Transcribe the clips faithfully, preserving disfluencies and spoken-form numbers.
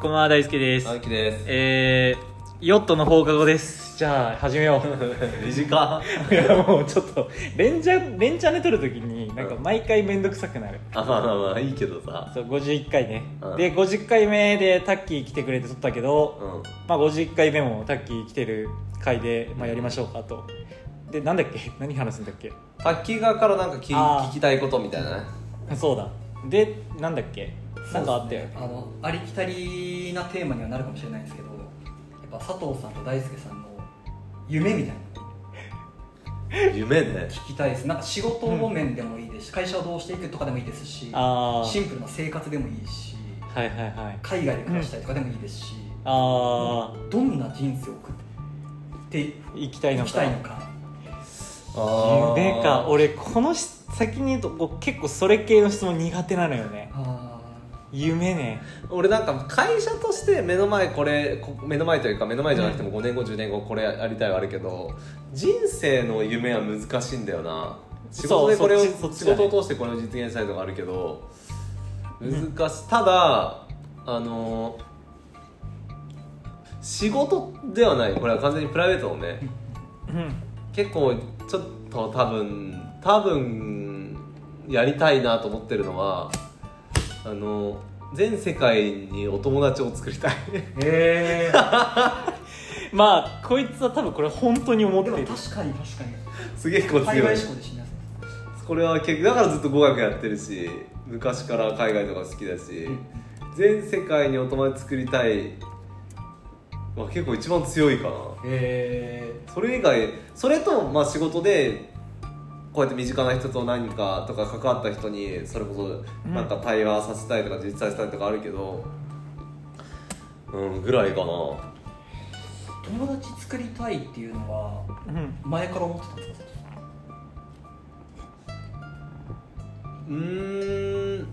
こんばんは、大輔です。 青木です。 えー、ヨットの放課後です。じゃあ始めよう。 短いやもうちょっと連チャン連チャンで撮るときになんか毎回めんどくさくなる。 あ、まあまあまあいいけどさ。 そうごじゅういっかいね、 うん、 でごじゅっかいめでタッキー来てくれて撮ったけど、 うん、 まあごじゅっかいめもタッキー来てる回で、まあ、やりましょうかと。でなんだっけ、何話すんだっけ。 タッキー側からなんか聞聞きたいことみたいなね。 そうだ。でなんだっけ、なんかあったよ、ね、 あのありきたりなテーマにはなるかもしれないんですけど、やっぱ佐藤さんと大輔さんの夢みたいな夢ね聞きたいです。なんか仕事面でもいいですし、うん、会社をどうしていくとかでもいいですし、 あシンプルな生活でもいいし、 はいはいはい、 海外で暮らしたいとかでもいいですし、 うん、あどんな人生を送っていきたいのか。 生きたいのか。 あ夢か。俺この先に言うと結構それ系の質問苦手なのよね。 あ夢ね。 俺なんか会社として目の前これ目の前というか目の前じゃなくてもごねんごじゅうねんごこれやりたいはあるけど、人生の夢は難しいんだよな。仕事でこれを、仕事を通してこれを実現したいとかあるけど難しい、うん、ただあの仕事ではない、これは完全にプライベートのね、うん、結構ちょっと多分多分やりたいなと思ってるのは、あの全世界にお友達を作りたい。 へえまあこいつは多分これ本当に思ってる。 でも確かに確かにすげえこっち海外志向でします。 これは結構だからずっと語学やってるし、昔から海外とか好きだし、うん、全世界にお友達作りたいは結構一番強いかな。 へそれ以外、それとまあ仕事でこうやって身近な人と何かとか関わった人にそれこそなんか対話させたいとか実際したいとかあるけど、うん、ぐらいかな。 友達作りたいっていうのは前から思ってたんですか。 うーん、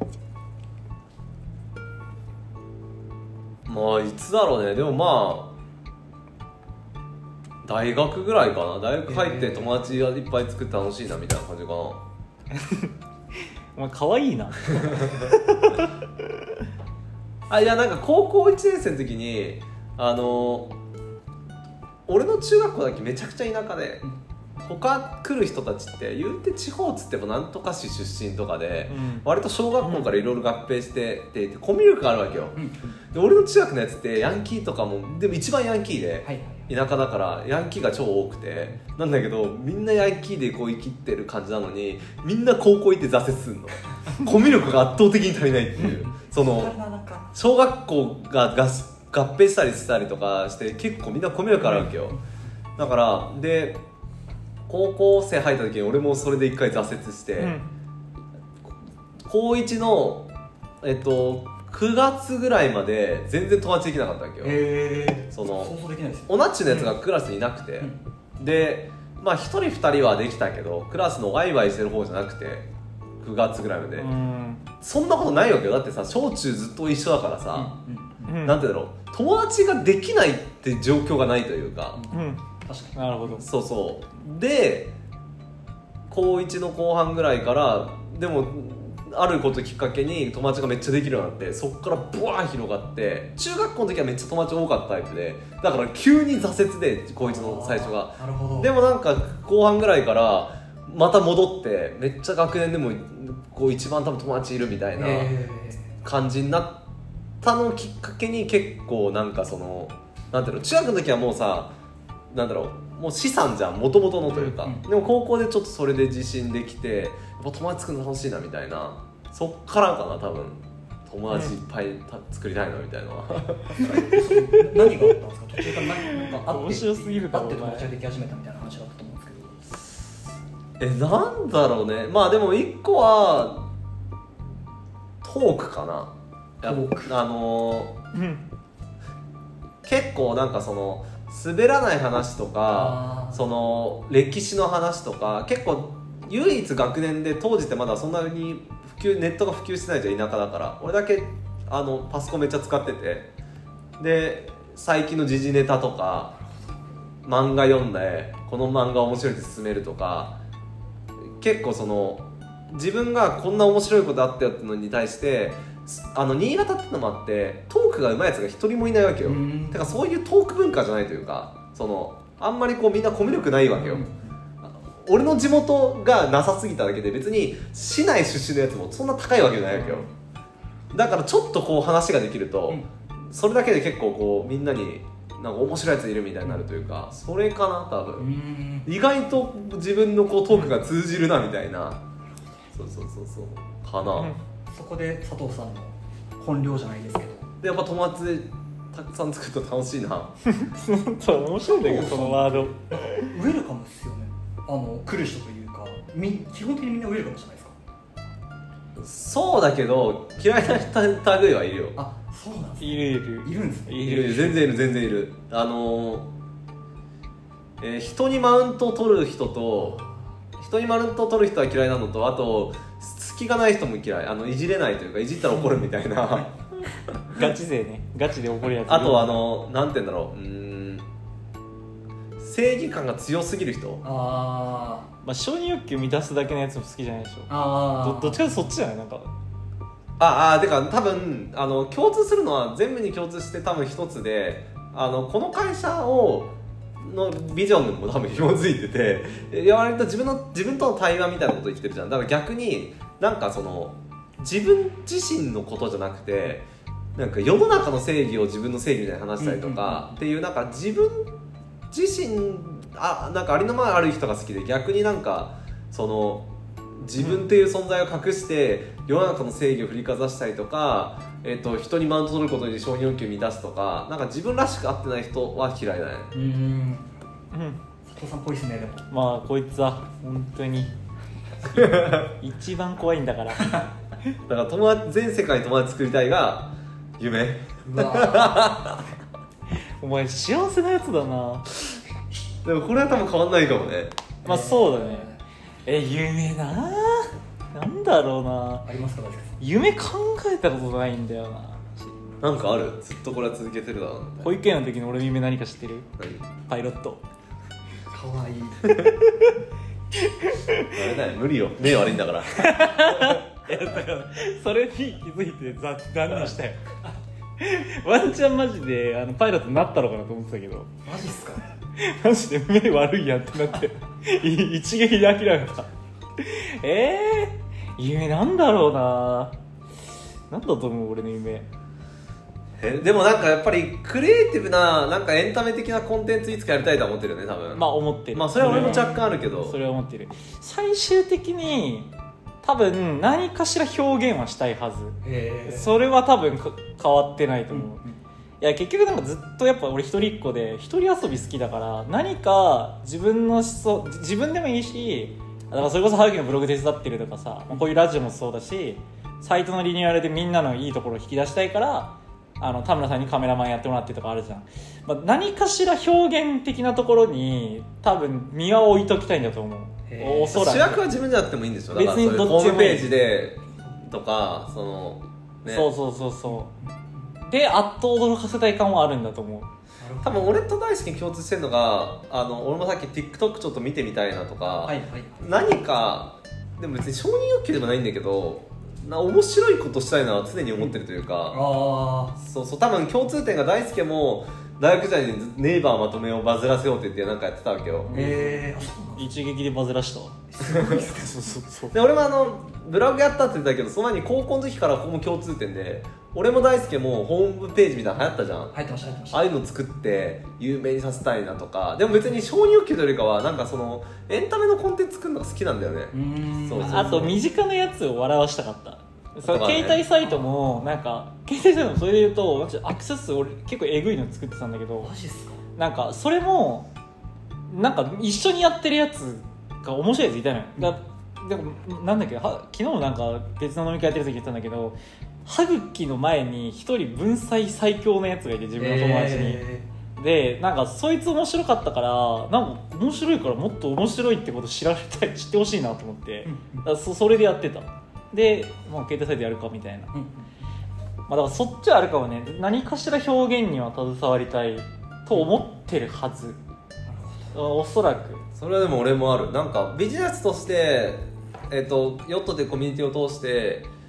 まあいつだろうね。でもまあ大学ぐらいかな。大学入って友達がいっぱい作って楽しいなみたいな感じかな。 お前可愛いなあ、いやなんか高校いちねん生の時にあの俺の中学校だけめちゃくちゃ田舎で、他来る人たちって言うて地方っつってもなんとか市出身とかで、うん、割と小学校からいろいろ合併してて、うん、コミュ力があるわけよ、うん、で俺の中学のやつってヤンキーとかもでも一番ヤンキーで、はい、田舎だからヤンキーが超多くてなんだけど、みんなヤンキーでこう生きてる感じなのにみんな高校行って挫折するのコミュ力が圧倒的に足りないっていうその小学校が合併したりしたりとかして結構みんなコミュ力あるわけよ。だからで高校生入った時に俺もそれで一回挫折して、うん、高いちの、えっと、くがつぐらいまで全然友達できなかったわけよ。 へその想像できないです。 オナッチのやつがクラスにいなくて、うん、でまあひとりふたりはできたけどクラスのワイワイしてる方じゃなくてくがつぐらいまで、うん、そんなことないわけよ。だってさ小中ずっと一緒だからさ、うんうん、なんてだろう、友達ができないって状況がないというか、 うん、確かに。なるほど。 そうそうで高いちの後半ぐらいからでもあることきっかけに友達がめっちゃできるようになって、そっからブワー広がって、中学校の時はめっちゃ友達多かったタイプで、だから急に挫折で高いちの最初が。 なるほど。 でもなんか後半ぐらいからまた戻ってめっちゃ学年でもこう一番多分友達いるみたいな感じになったのをきっかけに結構なんかそのなんていうの、中学の時はもうさなんだろう、もう資産じゃん元々のというか、うん、でも高校でちょっとそれで自信できてやっぱ友達作るの楽しいなみたいな、そっからかな多分友達いっぱい作りたいなみたいな何があったんですか。途中から何かあって面白すぎるだろ。 あって友達ができ始めたみたいな話だったと思うんですけど、えなんだろうね。まあでも一個はトークかな。トークあのーうん、結構なんかその滑らない話とかその歴史の話とか結構唯一学年で当時ってまだそんなに普及ネットが普及してないじゃん、田舎だから。俺だけあのパソコンめっちゃ使ってて、で最近の時事ネタとか漫画読んでこの漫画面白いって勧めるとか、結構その自分がこんな面白いことあったよってのに対してあの新潟ってのもあってトークが上手いやつが一人もいないわけよ。だからそういうトーク文化じゃないというか、そのあんまりこうみんなコミュ力ないわけよ、うん、俺の地元がなさすぎただけで別に市内出身のやつもそんな高いわけじゃないわけよ。だからちょっとこう話ができると、うん、それだけで結構こうみんなになんか面白いやついるみたいになるというか、それかな多分。意外と自分のこうトークが通じるなみたいな、そうそうそうそうかな、うん、 そこで佐藤さんの本領じゃないですけど、 でやっぱ友達でたくさん作ると楽しいなそう面白いんだけどそのワードウェルカムですよね。あの来る人というかみ基本的にみんなウェルカムじゃないですか。 そうだけど嫌いな人類はいるよ。 あ、そうなんですか。 いるいるいるんですね。 いる全然いる全然いる。あのーえー、人にマウントを取る人と人にマウントを取る人は嫌いなのと、あと隙がない人も嫌い。あのいじれないというかいじったら怒るみたいなガチ勢ね、ガチで怒るやつ。 あとあのなんて言うんだろう、うーん正義感が強すぎる人。 あまあ承認欲求満たすだけのやつも好きじゃないでしょ。 あど, どっちかというとそっちじゃないなんか。 ああてか多分あの共通するのは全部に共通して多分一つで、あのこの会社をのビジョンにも多分紐づいてて、いや割と自分の自分との対話みたいなこと言ってるじゃん。だから逆になんかその自分自身のことじゃなくて、なんか世の中の正義を自分の正義みたいな話したりとかっていう、なんか自分自身あなんかありのままある人が好きで、逆になんかその自分っていう存在を隠して世の中の正義を振りかざしたりとか、えー、と人にマウント取ることに承認欲求を満たすとか、なんか自分らしくあってない人は嫌いだね。 うん、うん、佐藤さんっぽいですね。でもまあこいつは本当に一番怖いんだからだから友達全世界に友達作りたいが夢。 うわお前幸せなやつだな。 でもこれは多分変わんないかもね。 まあそうだね。え夢ななんだろうな。 ありますか大輔さん。 夢考えたことないんだよな。 なんかある？ずっとこれは続けてるだろうな。 保育園の時の俺の夢何か知ってる？パイロット。 かわいいあれだよ無理よ、目悪いんだからいやだからそれに気づいて断念したよワンチャンマジであのパイロットになったのかなと思ってたけど、 マジっすか。 マジで目悪いやんってなって一撃で諦めたえー、夢なんだろうな。なんだと思う俺の夢。 えでもなんかやっぱりクリエイティブななんかエンタメ的なコンテンツいつかやりたいと思ってるよね多分。 まあ思ってる。 まあそれは俺も若干あるけど、 それは思ってる。最終的に多分何かしら表現はしたいはず。 へー。 それは多分変わってないと思う、 うんうん、 いや結局なんかずっとやっぱ俺一人っ子で一人遊び好きだから、何か自分の思想自分でもいいし、だからそれこそハウキのブログ手伝ってるとかさ、こういうラジオもそうだし、サイトのリニューアルでみんなのいいところを引き出したいからあの田村さんにカメラマンやってもらってとかあるじゃん、まあ、何かしら表現的なところに多分身は置いときたいんだと思う。おそらく主役は自分じゃなくてもいいんでしょ。だから別にどっちでもいい。 ホームページでとかその、ね、 そうそうそうそうであっと驚かせたい感はあるんだと思う。 多分俺と大好きに共通してるのが、あの俺もさっき TikTok ちょっと見てみたいなとか、 はいはい、 何かでも別に承認欲求でもないんだけど、な面白いことしたいのは常に思ってるというか、 あそうそう多分共通点が大輔も大学時代にネイバーまとめをバズらせようって言ってなんかやってたわけよ。 へえー、 一撃でバズらしたそうそうそうで俺もあのブログやったって言ったけど、その前に高校の時からここも共通点で、俺も大輔もホームページみたいなの流行ったじゃん。 入ってました入ってました。 ああいうの作って有名にさせたいなとか、でも別に承認欲求というよりかはなんかそのエンタメのコンテンツ作るのが好きなんだよね。 うーん、 そうそうそう、 あと身近なやつを笑わしたかった。そのとかね携帯サイトもなんか携帯サイトもそれで言うと私アクセス数俺結構えぐいの作ってたんだけど、 マジっすか。 なんかそれもなんか一緒にやってるやつが面白いやついたのよ。だでもなんだっけは昨日もなんか別の飲み会やってる時言ったんだけど、歯茎の前に一人文才最強のやつがいて自分の友達に、 えでなんかそいつ面白かったからなんか面白いからもっと面白いってこと知られたい知ってほしいなと思ってだから そ, それでやってた。でもう携帯サイトやるかみたいな、 ーうんまあ、だからそっちはあるかもね。何かしら表現には携わりたいと思ってるはず。おそらくそれはでも俺もある。なんかビジネスとして、えー、とヨットでコミュニティを通してこ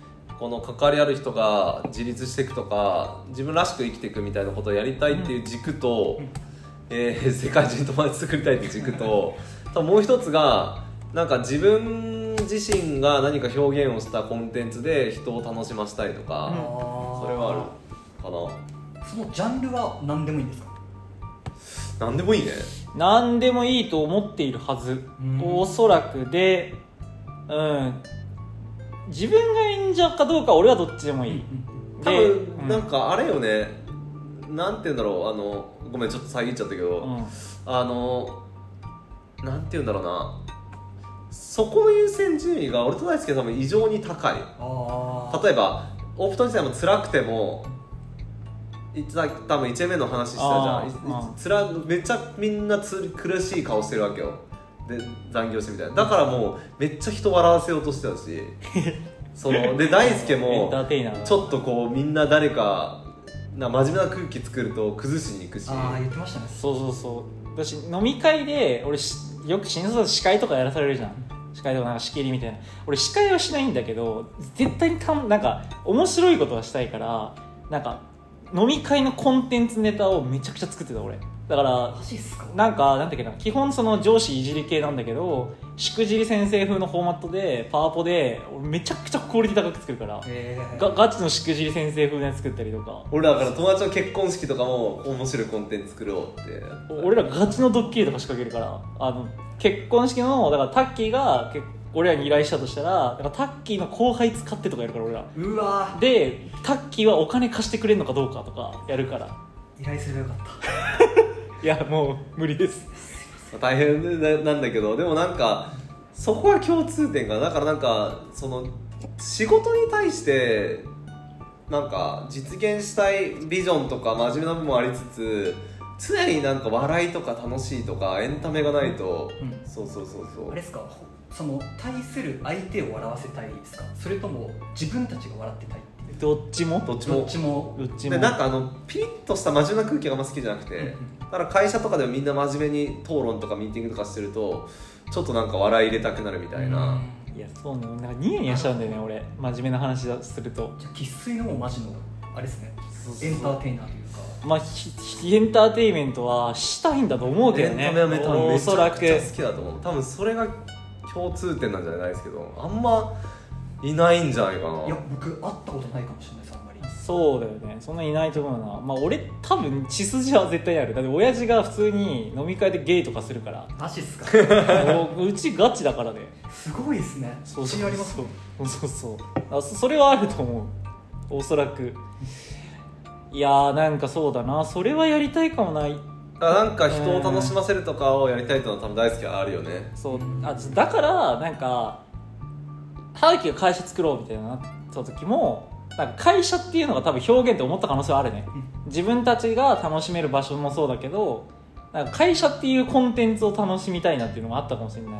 この関わりある人が自立していくとか自分らしく生きていくみたいなことをやりたいっていう軸と、うんえー、世界中に友達作りたいっていう軸と多分もう一つがなんか自分自身が何か表現をしたコンテンツで人を楽しませたいとか、うん、それはあるかな。 そのジャンルは何でもいいんですか？ 何でもいいね。 何でもいいと思っているはず、おそらくで、うん、自分が演者かどうか俺はどっちでもいい、 うん、多分なんかあれよね、うん、なんて言うんだろう、あのごめんちょっと遮っちゃったけど、うん、あのなんて言うんだろうな、そこの優先順位が俺と大輔は多分異常に高い。あ例えばオプト自体も辛くても多分いちねんめの話したじゃん、つらめっちゃみんなつ苦しい顔してるわけよ、で残業してみたいな。だからもうめっちゃ人笑わせようとしてたしそので大輔もちょっとこうみんな誰かな真面目な空気作ると崩しに行くし。 ああ言ってましたね。 そうそうそう。私飲み会で俺よく新卒で司会とかやらされるじゃん。司会とかなんか仕切りみたいな。俺司会はしないんだけど絶対にたなんか面白いことはしたいからなんか飲み会のコンテンツネタをめちゃくちゃ作ってた俺。だからなんかなんだっけな、基本その上司いじり系なんだけどしくじり先生風のフォーマットでパワポで俺めちゃくちゃクオリティ高く作るから、がガチのしくじり先生風のやつ作ったりとか。 俺らだから友達の結婚式とかも面白いコンテンツ作ろうって。 俺らガチのドッキリとか仕掛けるから、あの結婚式のだからタッキーが結俺らに依頼したとしたら、だからタッキーの後輩使ってとかやるから俺ら。 うわでタッキーはお金貸してくれるのかどうかとかやるから。 依頼すればよかったいやもう無理です。 大変なんだけど、でもなんかそこは共通点がだからなんかその仕事に対してなんか実現したいビジョンとか真面目な部分もありつつ、常になんか笑いとか楽しいとかエンタメがないと、うん、そうそうそうそう。 あれですか、その対する相手を笑わせたいですか、それとも自分たちが笑ってたいっていう。 どっちもどっちもどっちもどっちもでなんかあのピリッとした真面目な空気があんま好きじゃなくて、うんうん、だから会社とかでもみんな真面目に討論とかミーティングとかしてるとちょっとなんか笑い入れたくなるみたいな。 いやそうね、なんかニヤニヤしちゃうんだよね俺、真面目な話だすると。 じゃあ生粋のもうマジのあれですね、そうそうエンターテイナーというか、 まあエンターテインメントはしたいんだと思うけどね。 エンタメはめちゃくちゃ好きだと思う。多分それが共通点なんじゃないですけど、あんまいないんじゃないかな。 いや僕会ったことないかもしれないです、あんまり。 そうだよね、そんないないと思うな。まあ俺多分血筋は絶対ある。だって親父が普通に飲み会でゲイとかするから。 マジっすかうちガチだからね。 すごいですね。 そうそうそう、ありますそうそうそうあそれはあると思う、おそらく。いやーなんかそうだな、それはやりたいかもない。 なんか人を楽しませるとかをやりたいというのは多分大好きはあるよね。 そうあだからなんかハウキが会社作ろうみたいななった時もなんか会社っていうのが多分表現って思った可能性はあるね、うん、自分たちが楽しめる場所もそうだけどなんか会社っていうコンテンツを楽しみたいなっていうのがあったかもしれない。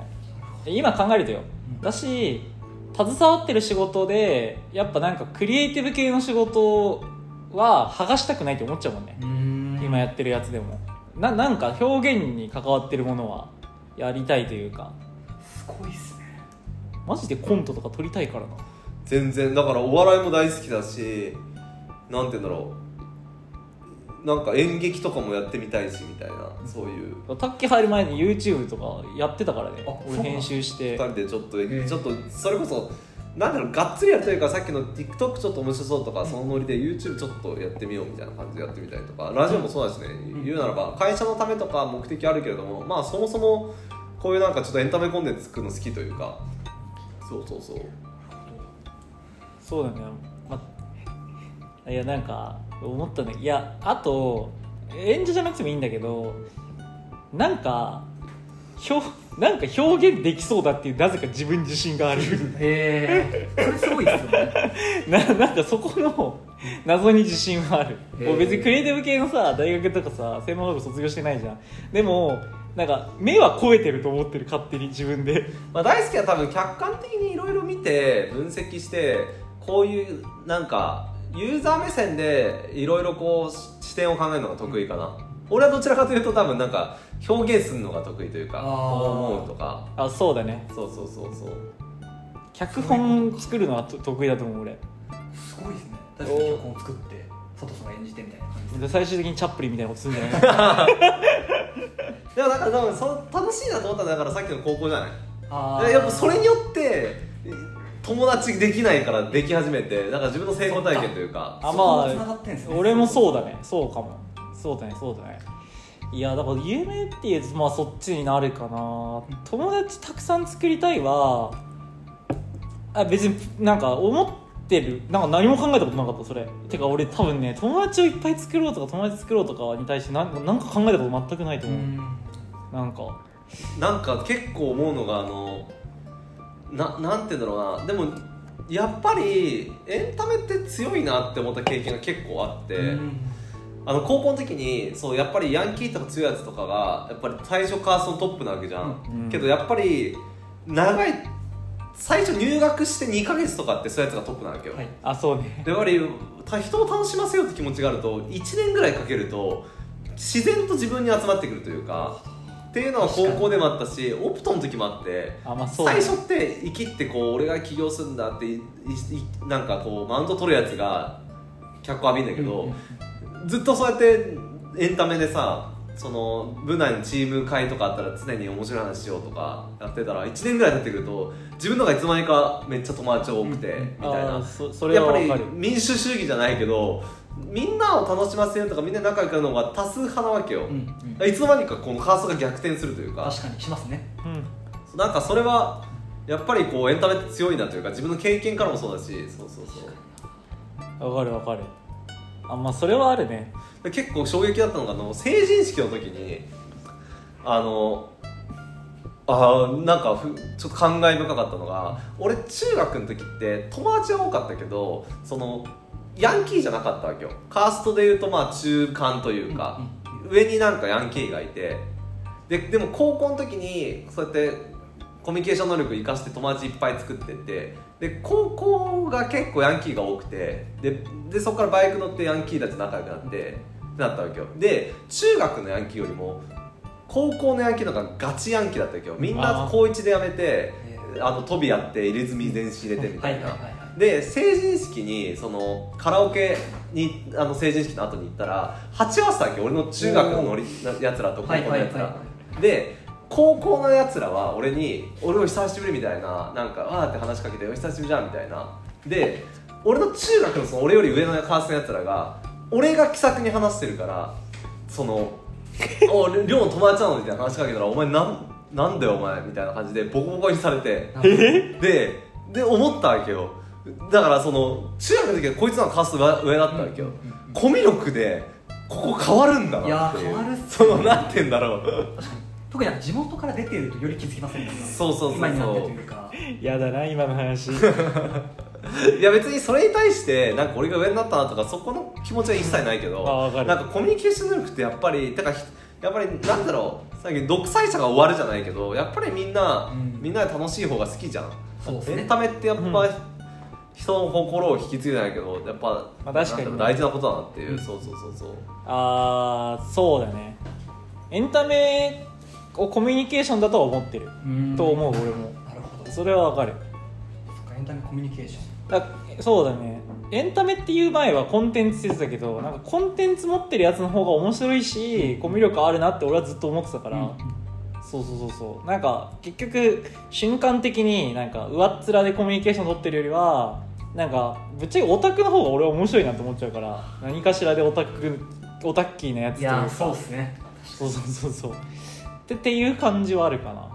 今考えるとよ、うん、だし携わってる仕事でやっぱなんかクリエイティブ系の仕事は剥がしたくないって思っちゃうもんね。うん今やってるやつでも な, なんか表現に関わってるものはやりたいというか。 すごいっすね。 マジでコントとか撮りたいからな。 全然だからお笑いも大好きだし、なんて言うんだろう、なんか演劇とかもやってみたいしみたいな、そういうタッキー入る前に YouTube とかやってたからね。俺編集してふたりでちょっとちょっとそれこそなんだろうがっつりやるというか、さっきの TikTok ちょっと面白そうとかそのノリで YouTube ちょっとやってみようみたいな感じでやってみたりとか、ラジオもそうだしね、言うならば会社のためとか目的あるけれども、まあそもそもこういうなんかちょっとエンタメコンテンツ作るの好きというか、そうそうそうそうだね、まあ、いやなんか思ったね。いやあと演者じゃなくてもいいんだけど、なんか表なんか表現できそうだっていうなぜか自分自信がある。 へえ、それすごいですよね。 な, なんかそこの謎に自信はある。もう別にクリエイティブ系のさ大学とかさ専門学校卒業してないじゃん。でもなんか目は超えてると思ってる、勝手に自分で。 まあ、大好きは多分客観的にいろいろ見て分析してこういうなんかユーザー目線でいろいろこう視点を考えるのが得意かな、うん、俺はどちらかというと多分なんか表現するのが得意というか、思うとか。 あ、そうだね。 そうそうそうそう。 脚本作るのは得意だと思う俺。 すごいですね。大輔さん脚本を作って佐藤さんが演じてみたいな感じでで最終的にチャップリンみたいなことするんじゃないでもだから多分その楽しいなと思ったのはだからさっきの高校じゃない。 あやっぱそれによって友達できないからでき始めて、だから自分の成功体験というか。 あ、まそこも繋がってんすね。 あ俺もそうだね、そうかも、そうだねそうだね。いやだから夢っていうとまあそっちになるかな。友達たくさん作りたいはあ別になんか思ってる、なんか何も考えたことなかったそれ。てか俺多分ね友達をいっぱい作ろうとか友達作ろうとかに対してなんなんか考えたこと全くないと思う。 うんなんかなんか結構思うのがあのななんて言うんだろうな、でもやっぱりエンタメって強いなって思った経験が結構あって、 うんあの高校の時にそうやっぱりヤンキーとか強いやつとかがやっぱり最初カーストのトップなわけじゃん、 うん、 けどやっぱり長い最初入学してにかげつとかってそういうやつがトップなわけよ、 はい、 あそうね。 でやっぱり人を楽しませようって気持ちがあるといちねんぐらいかけると自然と自分に集まってくるというかっていうのは高校でもあったしオプトの時もあって、 あ、まあそうね、 最初って生きってこう俺が起業するんだっていいなんかこうマウント取るやつが脚光浴びんだけど、うん、ずっとそうやってエンタメでさその部内のチーム会とかあったら常に面白い話しようとかやってたらいちねんぐらい経ってくると自分のがいつの間にかめっちゃ友達多くて、うん、みたいな。 そそれは分かる。 やっぱり民主主義じゃないけどみんなを楽しませるとかみんな仲良くなるのが多数派なわけよ、うんうん、いつの間にかこのカーストが逆転するというか。 確かにしますね、 うん、なんかそれはやっぱりこうエンタメって強いなというか自分の経験からもそうだし、そうそうそう分かる分かる。あ、まあそれはあるね。 結構衝撃だったのがあの成人式の時にあのあなんかふちょっと感慨深かったのが、俺中学の時って友達は多かったけどそのヤンキーじゃなかったわけよ。カーストでいうとまあ中間というか、うんうん、上になんかヤンキーがいて、ででも高校の時にそうやってコミュニケーション能力を生かして友達いっぱい作ってって、で高校が結構ヤンキーが多くて、ででそこからバイク乗ってヤンキーたち仲良くなってってなったわけよ。で中学のヤンキーよりも高校のヤンキーの方がガチヤンキーだったわけよ。みんな高いちで辞めてあの飛びやって入れ墨全身入れてみたいな、はいはいはいはい、で成人式にそのカラオケにあの成人式の後に行ったら鉢合わせたわけ、俺の中学のノリやつらと高校のやつら、はいはいはいはい、で高校のやつらは俺に俺を久しぶりみたいな、なんかわーって話しかけてお久しぶりじゃんみたいな。で俺の中学のその俺より上のカーストのやつらが俺が気さくに話してるからそのお寮の友達なのみたいな話しかけたらお前なんなんだよお前みたいな感じでボコボコにされてでで思ったわけよ。だからその中学の時はこいつのカーストが上だったわけよ、うんうんうん、コミュ力でここ変わるんだなっていう。いや変わるっすね。そのなんて言うんだろう特に地元から出てるとより気づきませんね。 そうそうそうそう、 今になってというかやだな今の話いや別にそれに対してなんか俺が上になったなとかそこの気持ちは一切ないけど、 あ、なんかコミュニケーション能力ってやっぱりだからやっぱりなんだろう、さっき独裁者が終わるじゃないけどやっぱりみんな、うん、みんなで楽しい方が好きじゃん。 そうですね、 エンタメってやっぱ、うん、人の心を引き継いでないけどやっぱ、 まあ、確かに、ね、 大事なことだなっていう、うん、そうそうそうそう。 ああそうだね。エンタメをコミュニケーションだとは思ってると思う俺も。 なるほど、 それはわかる。 そっかエンタメコミュニケーションだそうだね。エンタメっていう前はコンテンツって言ってたけど、なんかコンテンツ持ってるやつの方が面白いしコミュ力あるなって俺はずっと思ってたから、うん、そうそうそうそう。なんか結局瞬間的になんか上っ面でコミュニケーション取ってるよりはなんかぶっちゃけオタクの方が俺は面白いなと思っちゃうから、何かしらでオタクオタッキーなやつというか。 いやそうですね。 そうそうそうそうってっていう感じはあるかな。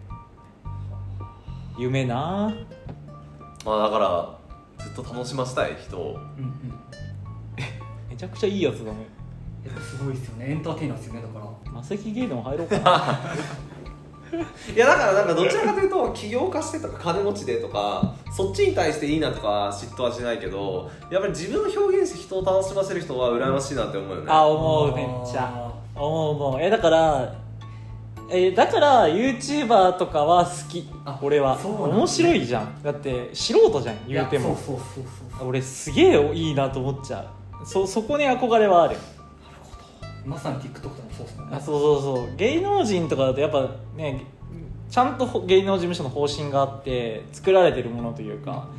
夢な。 まあだからずっと楽しませたい人を、うんうん、 めちゃくちゃいいやつだね。 やっぱすごいですよね。エンターテイナーですよね。だからマセキゲーでも入ろうかな。 いやだからなんかどちらかというと起業家してとか金持ちでとかそっちに対していいなとか嫉妬はしないけど、やっぱり自分を表現して人を楽しませる人は羨ましいなって思うよね。 あ、思う。めっちゃ思う思う。えだからえだから YouTuber とかは好き。俺は、ね、面白いじゃん。だって素人じゃん言うても。そうそうそうそう。俺すげえいいなと思っちゃう。 そ, そこに憧れはある。 まさに TikTok とかもそうですもんね。 あ、そうそうそう。芸能人とかだとやっぱねちゃんと芸能事務所の方針があって作られてるものというか、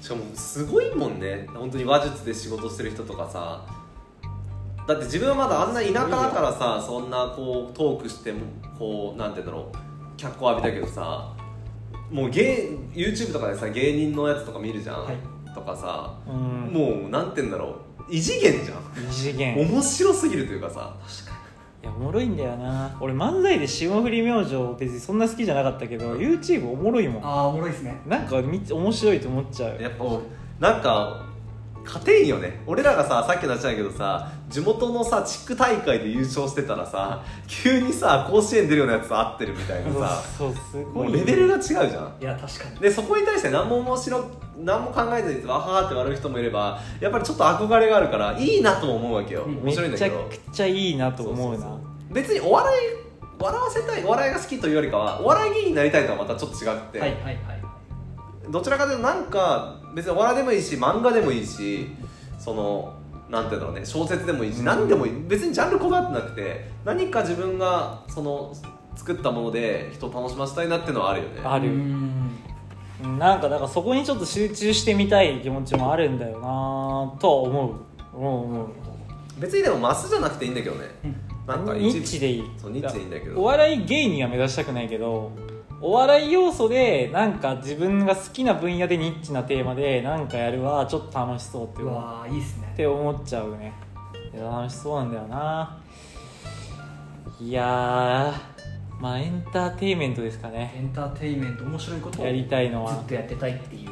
しかもすごいもんね本当に話術で仕事してる人とかさ。だって自分はまだあんな田舎だからさそんなこうトークしてもこうなんて言うんだろう脚光浴びたけどさもう芸 YouTube とかでさ芸人のやつとか見るじゃん、はい、とかさ、うん、もうなんて言うんだろう異次元じゃん異次元面白すぎるというかさ確かにいやおもろいんだよな。俺漫才で霜降り明星別にそんな好きじゃなかったけど YouTube おもろいもん。 ああおもろいですね。 なんか面白いと思っちゃう。 やっぱなんか勝てんよね。俺らがささっきの話だけどさ地元のさ地区大会で優勝してたらさ急にさ甲子園出るようなやつと合ってるみたいなさそうすごい、 もうレベルが違うじゃん。 いや確かに。 でそこに対して何も面白何も考えずにわはーって笑う人もいればやっぱりちょっと憧れがあるからいいなとも思うわけよ。面白いんだけどめちゃくちゃいいなと思うな。そうそうそう別にお笑い笑わせたいお笑いが好きというよりかはお笑い芸人になりたいとはまたちょっと違って、 はいはいはい、 どちらかというとなんか別にお笑いでもいいし漫画でもいいしそのなんていうんだろうね小説でもいいし、うん、何でもいい別にジャンルこだわってなくて何か自分がその作ったもので人を楽しませたいなっていうのはあるよね。 ある。うんなんかだからそこにちょっと集中してみたい気持ちもあるんだよなとは思う。思う思う。 別にでもマスじゃなくていいんだけどね、うん、なんかニッチでいい。 そうニッチでいいんだけどお笑い芸人は目指したくないけどお笑い要素でなんか自分が好きな分野でニッチなテーマでなんかやるはちょっと楽しそうっていううわいいっすねって思っちゃうね。いや楽しそうなんだよな。いやーまあエンターテインメントですかね。 エンターテインメント面白いことをやりたいのはずっとやってたいっていう。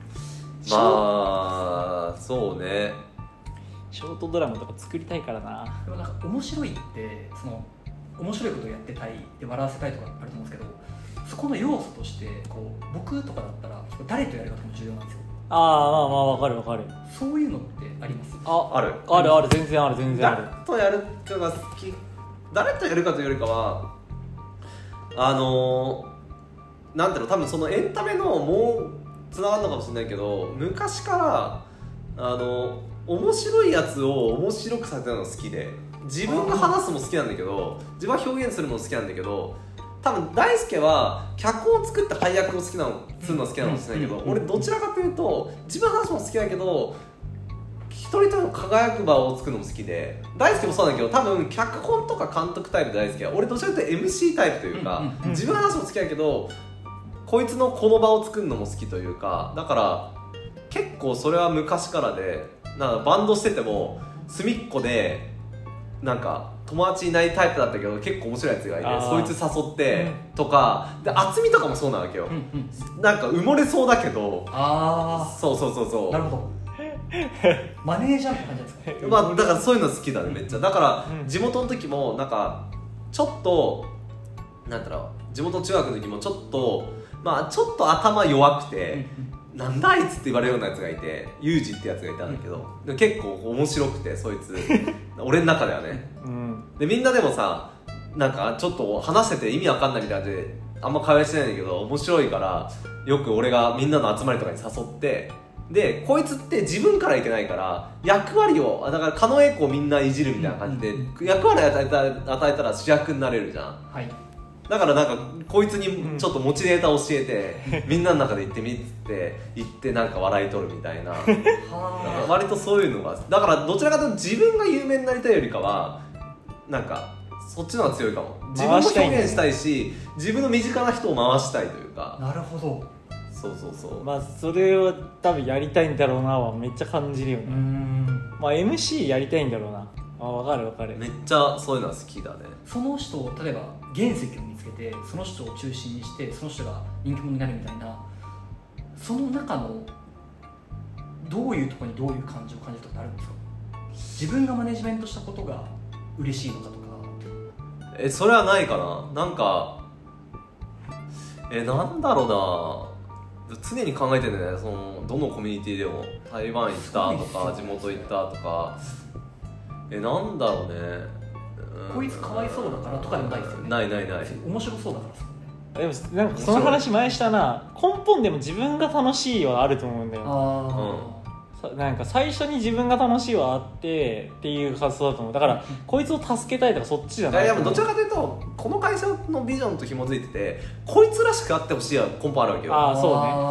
まあそうねショートドラマとか作りたいからな。 でもなんか面白いってその面白いことをやってたいで笑わせたいとかあると思うんですけどそこの要素としてこう僕とかだったら誰とやるかとも重要なんですよ。 ああまあまあわかるわかる。 そういうのってあります？ ああるあるある全然ある全然ある。 誰とやるかが好き誰とやるかというよりかはあのー、なんていうの多分そのエンタメのもうつながるのかもしれないけど昔からあの面白いやつを面白くさせたのが好きで自分が話すのも好きなんだけど自分は表現するのも好きなんだけど多分大輔は脚本を作って配役を好きなのするの好きなのかもしれないけど俺どちらかというと自分の話も好きだけど一人とも輝く場を作るのも好きで大輔もそうなんだけど多分脚本とか監督タイプで大輔は俺どちらかというと エムシー タイプというか自分の話も好きだけどこいつのこの場を作るのも好きというかだから結構それは昔からでなんかバンドしてても隅っこでなんか友達いないタイプだったけど結構面白いやつがいてそいつ誘ってとかで厚みとかもそうなわけよ、うんうん、なんか埋もれそうだけどあそうそうそうそうなるほどマネージャーって感じですかね、 まあ、だからそういうの好きだねめっちゃだから地元の時もなんかちょっとなんだろう地元中学の時もちょっとまあちょっと頭弱くて、うん、なんだあいつって言われるようなやつがいてユージってやつがいたんだけど、うん、結構面白くてそいつ俺の中ではね、うん、でみんなでもさなんかちょっと話してて意味わかんないみたいであんま会話してないんだけど面白いからよく俺がみんなの集まりとかに誘ってでこいつって自分からいけないから役割をだから狩野英孝をみんないじるみたいな感じで、うん、役割を与えた、与えたら主役になれるじゃん、はい、だからなんかこいつにちょっと持ちネタ教えて、うん、みんなの中で言ってみって言ってなんか笑い取るみたいなだから割とそういうのがだからどちらかというと自分が有名になりたいよりかはなんかそっちの方が強いかも自分も表現したいし自分の身近な人を回したいというかなるほどそうそうそうまあそれを多分やりたいんだろうなはめっちゃ感じるよね。うんまあ エムシー やりたいんだろうなあ分かる分かるめっちゃそういうのは好きだね。 その人を例えば原石を見つけてその人を中心にしてその人が人気者になるみたいなその中のどういうところにどういう感情を感じるとかあるんですか？自分がマネジメントしたことが嬉しいのかとかえそれはないかな。なんかえなんだろうな常に考えてるねそのどのコミュニティでも台湾行ったとか地元行ったとかえなんだろうねこいつかわいそうだからとかでもないですよね。 ないないない面白そうだからですもんね。でもなんかその話前したな根本でも自分が楽しいはあると思うんだよ。あ、うん、なんか最初に自分が楽しいはあってっていう発想だと思う。だからこいつを助けたいとかそっちじゃない。 いやいやどちらかというとこの会社のビジョンと紐づいててこいつらしくあってほしいは根本あるわけよ。 ああそうね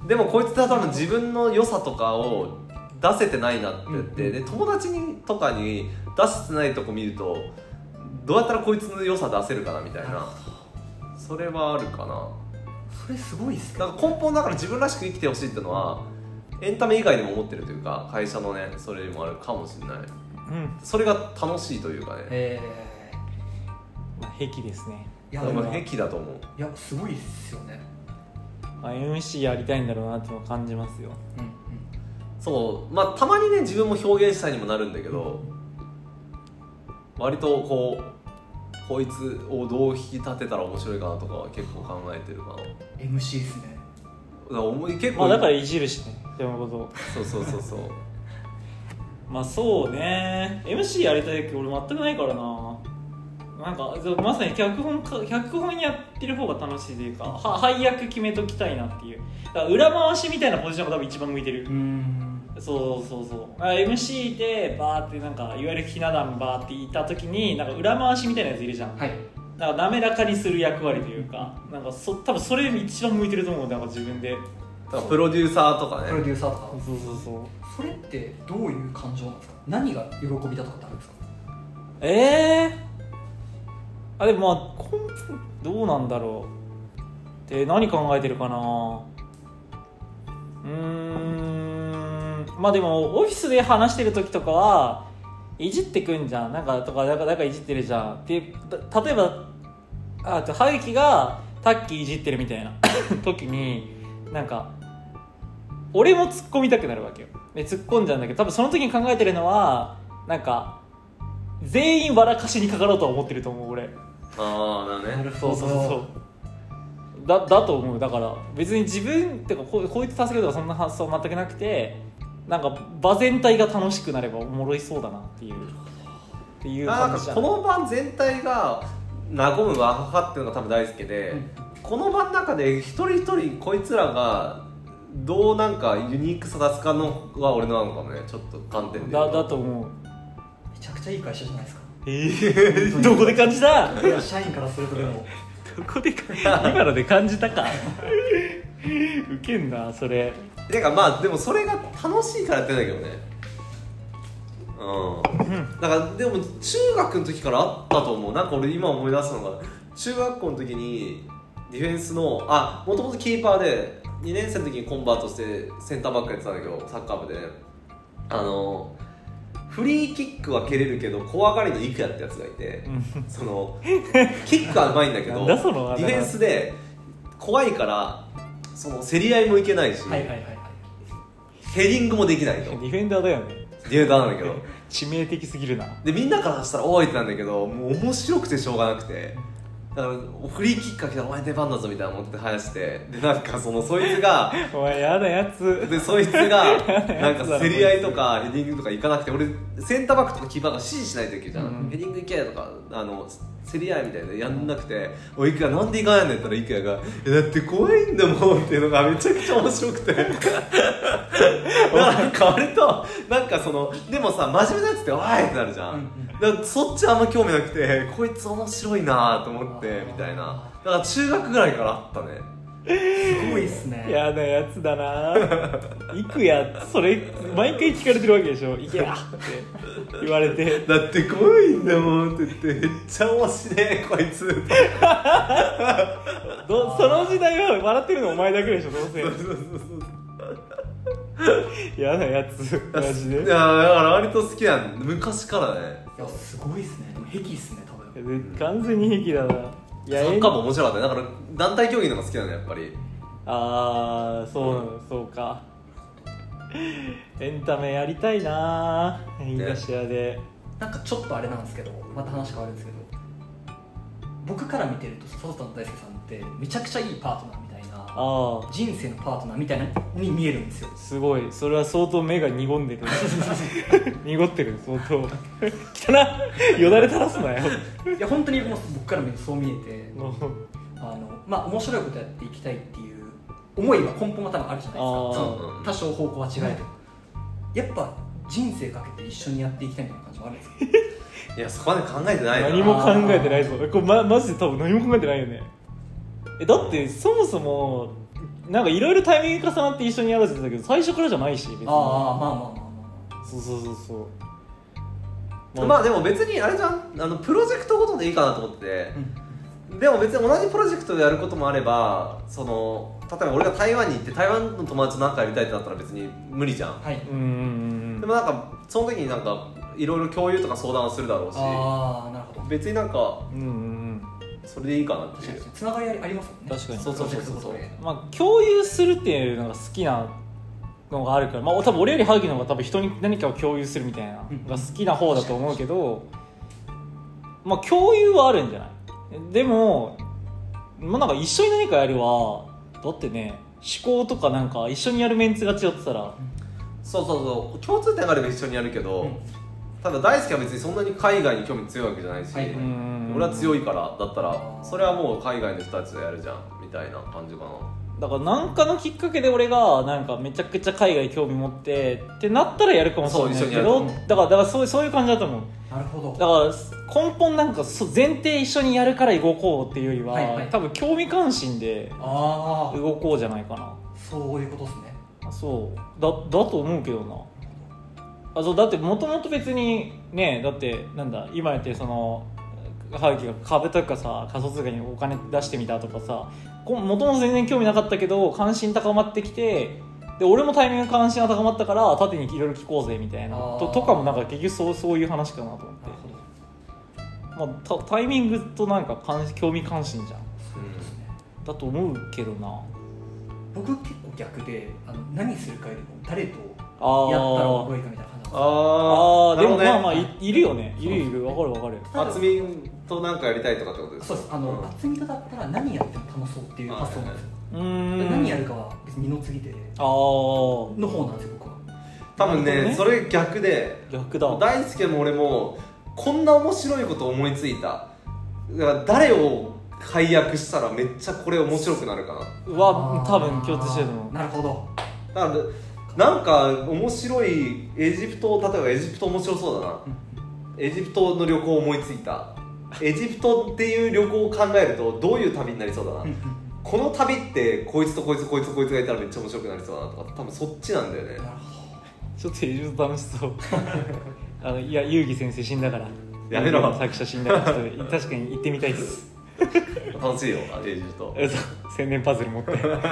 でもこいつは多分自分の良さとかを出せてないなって言って、うん、で友達にとかに出せてないとこ見るとどうやったらこいつの良さ出せるかなみたいな、それはあるかな。 それすごいっすね。 だから根本だから自分らしく生きてほしいっていうのはエンタメ以外でも思ってるというか、会社のねそれもあるかもしれない、うん、それが楽しいというかね。へえ、まあ、癖ですね。 いやでも癖だと思う。 いやすごいっすよね。 まあ、エムシー やりたいんだろうなってのを感じますよ、うんうん、 そうまあたまにね自分も表現したいにもなるんだけど、うん、割とこうこいつをどう引き立てたら面白いかなとかは結構考えてるかな。 エムシー っすね。 だから結構、 まあ、だからいじるしねでもことそうそうそうそうまあそうね エムシー やりたいけど俺全くないからな。なんかまさに脚本か脚本やってる方が楽しいというか、は配役決めときたいなっていう。だから裏回しみたいなポジションが多分一番向いてる。うーんそうそうそう。エムシー でバーってなんかいわゆるひな壇バーっていた時になんか裏回しみたいなやついるじゃん。はい。なんか滑らかにする役割というか、なんかそ多分それ一番向いてると思う。なんか自分で。 プロデューサーとかね。 プロデューサーとか。 そうそうそう。 それってどういう感情なんですか。何が喜びだとかってあるんですか。 ええー。あでもまあどうなんだろうって何考えてるかな。うーんまあでもオフィスで話してる時とかはいじってくんじゃん。なんかとかなんかなんかいじってるじゃんって例えばあと歯茎がタッキーいじってるみたいな時になんか俺も突っ込みたくなるわけよ。で突っ込んじゃうんだけど多分その時に考えてるのはなんか全員笑かしにかかろうとは思ってると思う俺。 ああなるほど。そうそうそうだだと思う。だから別に自分ってかここいつ助けるとかそんな発想全くなくて、なんか場全体が楽しくなればおもろいそうだなっていうっていう感じじゃん。 この場全体が和むわははっていうのが多分大好きで、うん、この場の中で一人一人こいつらがどうなんかユニークさ出すかのは俺のなのかもね。ちょっと観点でだだと思う。 めちゃくちゃいい会社じゃないですか。 えー、どこで感じた？ いや社員からするとでもどこで今ので感じたかウケんなそれ。 てかまあでもそれが楽しいからやってんだけどね。うん、うん、だからでも中学の時からあったと思う。なんか俺今思い出すのが中学校の時にディフェンスのあもともとキーパーでにねん生の時にコンバートしてセンターバックやってたんだけどサッカー部でねあのフリーキックは蹴れるけど怖がりのイクヤってやつがいてそのキックはうまいんだけどディフェンスで怖いからその競り合いもいけないし、はいはいはいはい、ヘディングもできないと。 ディフェンダーだよね。 ディフェンダーなんだけど致命的すぎるな。 でみんなからしたらおーいってなんだけどもう面白くてしょうがなくてだからフリーキックが来たらお前出番だぞみたいなの持って生やしてでなんかそのそいつがお前やだやつでそいつがなんか競り合いとかヘディングとか行かなくて俺センターバックとかキーパーが指示しないといけないじゃん、うん、ヘディング行けとかあの競り合いみたいなやんなくて「おいくやなんで行かないんだ」ったらいくやが「だって怖いんだもん」っていうのがめちゃくちゃ面白くてなんか割となんかそのでもさ真面目なやつって「わーい!」ってなるじゃん、うんだからそっちあんま興味なくてこいつ面白いなと思ってみたいな。だから中学ぐらいからあったね。 すごいっすね。 やだやつだな行くやそれ毎回聞かれてるわけでしょ。行けやって言われてだって怖いんだもんって言ってめっちゃ面白いこいつどその時代は笑ってるのお前だけでしょどうせ。そうそうそうやだやつマジで。いやだから割と好きなん昔からね。 いやすごいっすね。でも癖っすね多分。完全に癖だな。 いやサッカーも面白かったね。だから団体競技の方が好きなのやっぱり。 ああそう、うん、そうか。エンタメやりたいな言い出し屋で、ね、 なんかちょっとあれなんですけどまた話変わるんですけど僕から見てると佐藤さんと大輔さんってめちゃくちゃいいパートナーみたいなあ人生のパートナーみたいなに見えるんですよ。 すごいそれは相当目が濁んでる濁ってる相当汚なよだれ垂らすなよいや本当にもう僕から見るとそう見えてあのまあ面白いことやっていきたいっていう思いは根本が多分あるじゃないですか。その多少方向は違えど、うん、やっぱ人生かけて一緒にやっていきたいみたいな感じもあるんですよいやそこまで考えてないな。 何も考えてないぞこれ、ま、マジで多分何も考えてないよね。えだってそもそもなんかいろいろタイミング重なって一緒にやろうって言ってたけど最初からじゃないし別に。 ああまあまあまあまあそうそうそうそう、 まあでも別にあれじゃん、あのプロジェクトごとでいいかなと思ってて、うん、でも別に同じプロジェクトでやることもあれば、その例えば俺が台湾に行って台湾の友達と何かやりたいってなったら別に無理じゃん、はい、うん、でもなんかその時になんかいろいろ共有とか相談をするだろうし、 あなるほど、 別になんか、 うんうんうん、 それでいいかなっていう。 つながりありますもんね。 確かに。 そうそうそうそう。 まあ共有するっていうのが好きなのがあるから、まあ多分俺よりハギの方が多分人に何かを共有するみたいなのが好きな方だと思うけど、まあ共有はあるんじゃない。でも、まあなんか一緒に何かやるはだってね、思考とかなんか一緒にやるメンツが違ってたら、 そうそうそう共通点があれば一緒にやるけど。うん、ただ大輔は別にそんなに海外に興味強いわけじゃないし、はい、俺は強いからだったらそれはもう海外の人たちとやるじゃんみたいな感じかな。 だから何かのきっかけで俺がなんかめちゃくちゃ海外興味持ってってなったらやるかもしれないけど、だからだからそう、そういう感じだと思う。 なるほど。 だから根本なんか前提一緒にやるから動こうっていうよりは、はいはい、多分興味関心で動こうじゃないかな。 そういうことですね。 そうだ、だと思うけどな。あ、そうだってもともと別にね、だってなんだ今やってそのハウキが株とかさ仮想通貨にお金出してみたとかさ、もともと全然興味なかったけど関心高まってきて、で俺もタイミング関心が高まったから縦にいろいろ聞こうぜみたいな と, とかもなんか結局そう、そういう話かなと思って、まあ、タ, タイミングとなんか興味関心じゃん、うん、だと思うけどな。 僕結構逆で、あの何するかよりも誰とやったらおもろいかみたいな感じ。 ああ、でもまあまあ い, いるよね、いるいる、分かる分かる。 厚みとなんかやりたいとかってことですか。 そうです、あの厚みとだったら何やっても楽しそうっていう発想なんですよ。うーん、何やるかは別に二の次であの方なんですよ僕は。 多分 ね, ねそれ逆で、 逆だ。 大輔も俺もこんな面白いこと思いついた、だから誰を解約したらめっちゃこれ面白くなるかなは多分共通してるの。 なるほど。 だからなんか面白いエジプト、例えばエジプト面白そうだな、エジプトの旅行を思いついた、エジプトっていう旅行を考えるとどういう旅になりそうだなこの旅ってこいつとこいつこいつとこいつがいたらめっちゃ面白くなりそうだなとか、多分そっちなんだよね。 ちょっとエジプト楽しそうあのいや遊戯先生死んだからやめろ、 作者死んだからちょっと確かに行ってみたいです楽しいよエジプト千年パズル持ってでも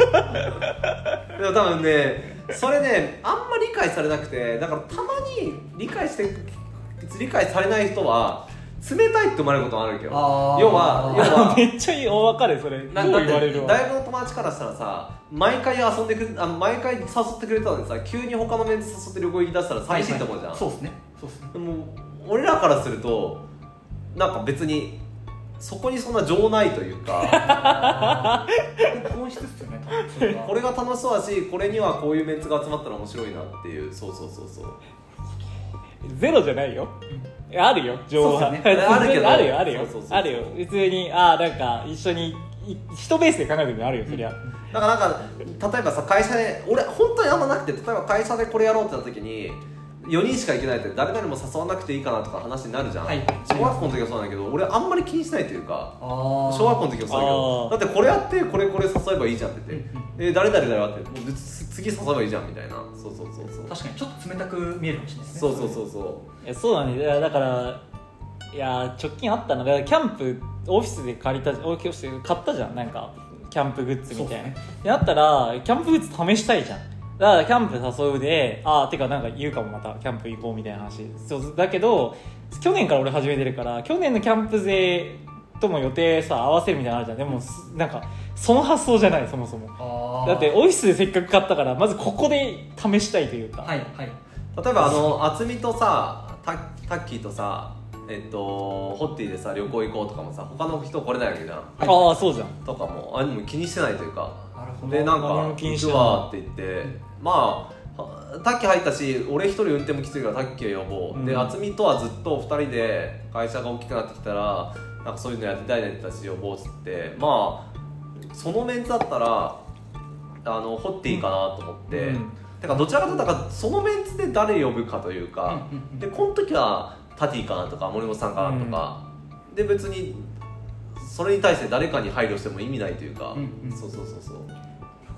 多分ねそれねあんま理解されなくて、だからたまに理解して理解されない人は冷たいって思われることもあるけど、要は要はめっちゃいい、分かるそれ。どう言われるわ。 大学の友達からしたらさ、毎回遊んでくれあの毎回誘ってくれたのにさ、急に他のメンツ誘って旅行行き出したら寂しいと思うじゃん、はいはい、そうですね、そうですね。でも俺らからするとなんか別にそこにそんな情ないというか本質ですよねこれが楽しそうだし、これにはこういうメンツが集まったら面白いなっていう、そうそうそうそう。 ゼロじゃないよ、うん、あるよ情は、ね、 あるけどあるよあるよあるよ、普通にあなんか一緒に人ベースで考えてるのあるよ、そりゃ。 だからなんか例えばさ会社で俺本当にあんまなくて、例えば会社でこれやろうってなった時によにんしか行けないって誰々も誘わなくていいかなとか話になるじゃん、はい、小学校の時はそうなんだけど俺あんまり気にしないというか、小学校の時はそうだけど、だってこれやってこれこれ誘えばいいじゃんって言って、え誰々だよってもう次誘えばいいじゃんみたいな、そうそうそうそう。 確かにちょっと冷たく見えるかもしれないですね。 そうそうそうそう。 いやそうだね、だからいや直近あったのがキャンプオフィスで借りたオフィスで買ったじゃん、なんかキャンプグッズみたいな、ね、であったらキャンプグッズ試したいじゃん。だからキャンプ誘うで、あーてかなんか言うかも、またキャンプ行こうみたいな話。そうだけど去年から俺始めてるから、去年のキャンプ勢とも予定さ合わせるみたいなのあるじゃん。でもなんかその発想じゃない、そもそも。だってオフィスでせっかく買ったからまずここで試したいというか、はいはい、 例えばあの渥美とさタッキーとさえっとホッティでさ旅行行こうとかもさ他の人来れないわけじゃん、はい、 ああそうじゃんとかもあれも気にしてないというか、 なるほど、 でなんか行くわって言って、うん、まあタッキー入ったし俺一人運転もきついからタッキーを呼ぼう、うん、で渥美とはずっとふたりで会社が大きくなってきたらなんかそういうのやりたいねって言ったし呼ぼうっつって、まあそのメンツだったらあのホッティかなと思って、うん、てかどちらかというとそのメンツで誰呼ぶかというか、うん、でこの時はタティかなとか森本さんかなとか、うん、で別にそれに対して誰かに配慮しても意味ないというか、うんうん、そうそうそうそう。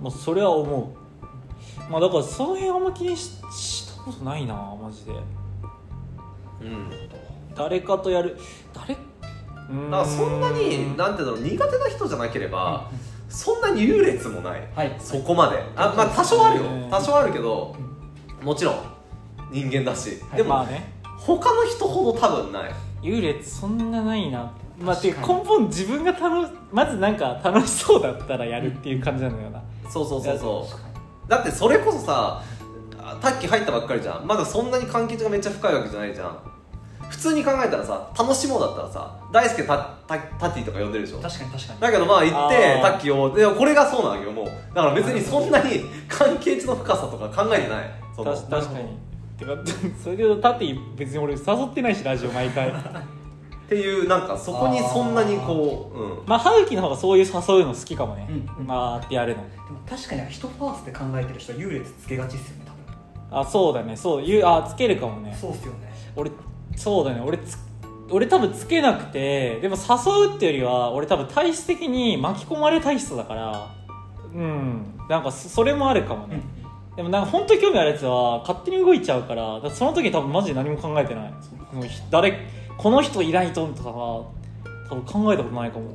まあ、それは思う。まあだからその辺あんま気に し, したことないなマジで。 うん誰かとやる誰うーんだからそんなになんていうの苦手な人じゃなければ、うん、そんなに優劣もない、はい、そこまであ、まあ、多少あるよ多少あるけど、うん、もちろん人間だし、はい、でも、まあね、他の人ほど多分ない優劣そんなないな。まあ、て根本自分が楽まずなんか楽しそうだったらやるっていう感じなんだよな、 うん、そうそうそうそうだってそれこそさタッキー入ったばっかりじゃん。まだそんなに関係がめっちゃ深いわけじゃないじゃん。普通に考えたらさ楽しもうだったらさ大輔タタタティとか呼んでるでしょ。 確かに確かに。 だけどまあ行ってタッキーをでこれがそうなわけよ。もうだから別にそんなに関係値の深さとか考えてない。その確かにてかそれで言うとタティ別に俺誘ってないしラジオ毎回っていうなんかそこにそんなにこう、うん、 まあハウキの方がそういう誘うの好きかもね、うん、まあってやるの。 でも確かに人ファーストで考えてる人は優劣つけがちっすよね多分。 あそうだねそういうあつけるかもね。 そうっすよね。 俺そうだね俺つ俺多分つけなくてでも誘うっていうよりは俺多分体質的に巻き込まれ体質だからうんなんか そ, それもあるかもね、うん、でもなんか本当に興味あるやつは勝手に動いちゃうからだからその時多分マジで何も考えてない。誰この人いないととかは多分考えたことないかも。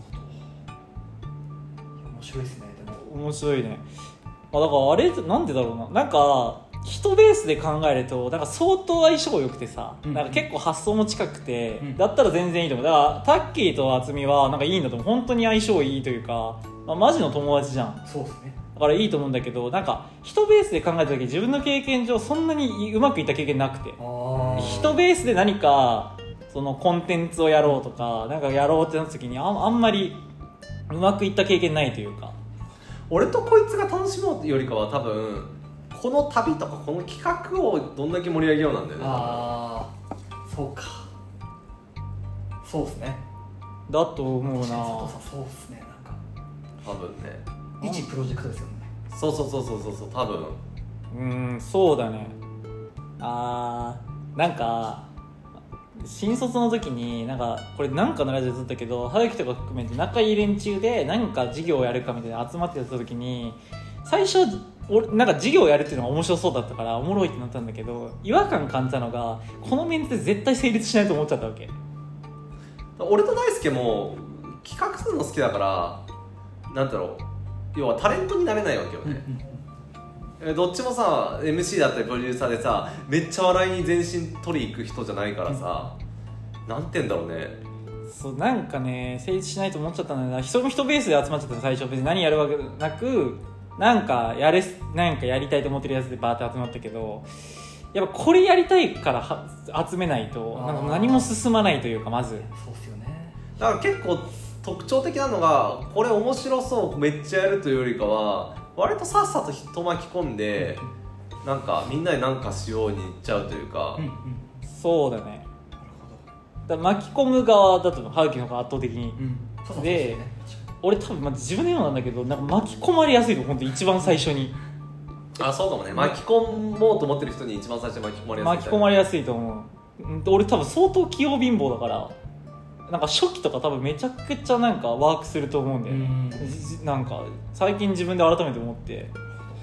面白いですね。でも面白いね。あだからあれなんでだろうななんか人ベースで考えるとなんか相当相性良くてさ、うん、なんか結構発想も近くて、うん、だったら全然いいと思う。だからタッキーと渥美はなんかいいんだと思う。本当に相性いいというか、まあ、マジの友達じゃん。 そうですね。 だからいいと思うんだけどなんか人ベースで考えた時自分の経験上そんなにうまくいった経験なくて人ベースで何かそのコンテンツをやろうとかなんかやろうってなった時に あ, あんまりうまくいった経験ないというか俺とこいつが楽しもうよりかは多分この旅とかこの企画をどんだけ盛り上げようなんだよね。 ああそうかそうですね。 だと思うな。 そうですね。なんか多分ね一プロジェクトですよね。 そうそうそうそうそうそう多分うーんそうだね。あーなんか新卒の時になんかこれなんかのラジオで撮ったけどハウキとか含めて仲いい連中で何か事業をやるかみたいな集まってやった時に最初俺なんか事業をやるっていうのが面白そうだったからおもろいってなったんだけど違和感感じたのがこのメンツで絶対成立しないと思っちゃったわけ。 俺と大輔も企画するの好きだからなんだろう要はタレントになれないわけよね、うん、どっちもさ エムシー だったりプロデューサーでさめっちゃ笑いに全身取り行く人じゃないからさ、うん、なんて言うんだろうね。 そうなんかね成立しないと思っちゃったんだよな。人も人ベースで集まっちゃった最初別に何やるわけなくなんかやれなんかやりたいと思ってるやつでバーって集まったけどやっぱこれやりたいからは集めないとなんか何も進まないというかまずそうっすよね。 だから結構特徴的なのがこれ面白そうめっちゃやるというよりかは割とさっさと人巻き込んでなんかみんなで何かしようにいっちゃうというか、うんうん、 そうだね。だから巻き込む側だとハウキの方が圧倒的に、うん、そうそうで、ね、俺多分、まあ、自分で言うのなんだけどなんか巻き込まれやすいの本当一番最初に。 あそうかもね。巻き込もうと思ってる人に一番最初に巻き込まれやすい巻き込まれやすいと思う。俺多分相当器用貧乏だからなんか初期とか多分めちゃくちゃなんかワークすると思うんだよね。んなんか最近自分で改めて思って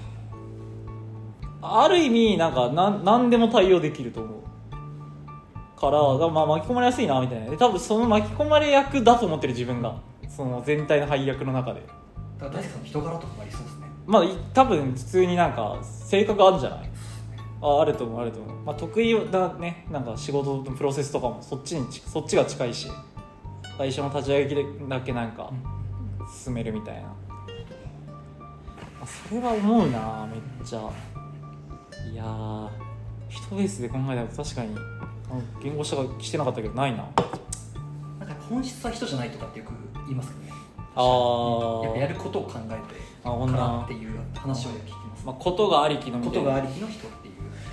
ある意味なんかなん何でも対応できると思うから、うん、まあ巻き込まれやすいなみたいな。で多分その巻き込まれ役だと思ってる自分がその全体の配役の中で。 だから大輔さんの人柄とかもありそうですね。 まあ多分普通になんか性格あるんじゃない。あ, あると思うあると思う。まあ得意なねなんか仕事のプロセスとかもそっちにそっちが近いし最初の立ち上げだけなんか進めるみたいな、うん、それは思うなめっちゃ。いやー人ベースで考えたら確かに言語化してなかったけどないな。 なんか本質は人じゃないとかってよく言いますけどね。 ああやっぱやることを考えてからっていう話を聞きます、 まあ、ことがありきのみたいなことがありきの人っていう、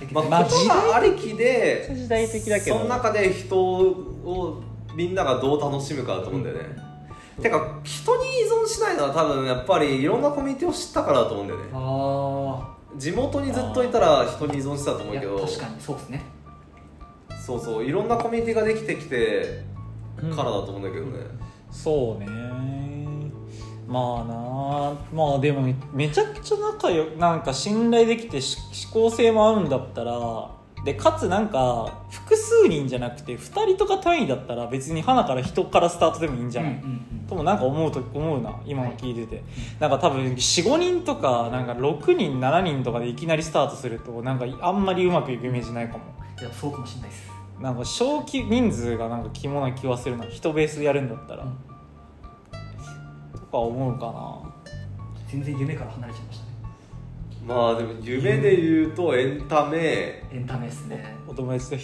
まあ、ことがありきで時代的だけどその中で人をみんながどう楽しむかだと思うんだよね、うん、てか人に依存しないのは多分やっぱりいろんなコミュニティを知ったからだと思うんだよね。 あ地元にずっといたら人に依存してたと思うけど確かにそうですね。 そうそういろんなコミュニティができてきてからだと思うんだけどね、 うん、そうね。 まあなまあでもめちゃくちゃ仲良なんか信頼できてし思考性も合うんだったらでかつなんか複数人じゃなくてふたりとか単位だったら別に花から人からスタートでもいいんじゃない、うんうんうん、ともなんか思うと思うな今の聞いてて、はい、なんか多分 よんごにんとかなんかろくにんしちにんとかでいきなりスタートするとなんかあんまりうまくいくイメージないかも。 いやそうかもしれないです。 なんか小規人数がなんか肝な気はするな人ベースでやるんだったら、うん、とか思うかな。 全然夢から離れちゃいましたね。 まあでも夢で言うとエンタメエンタメですね。 お友達と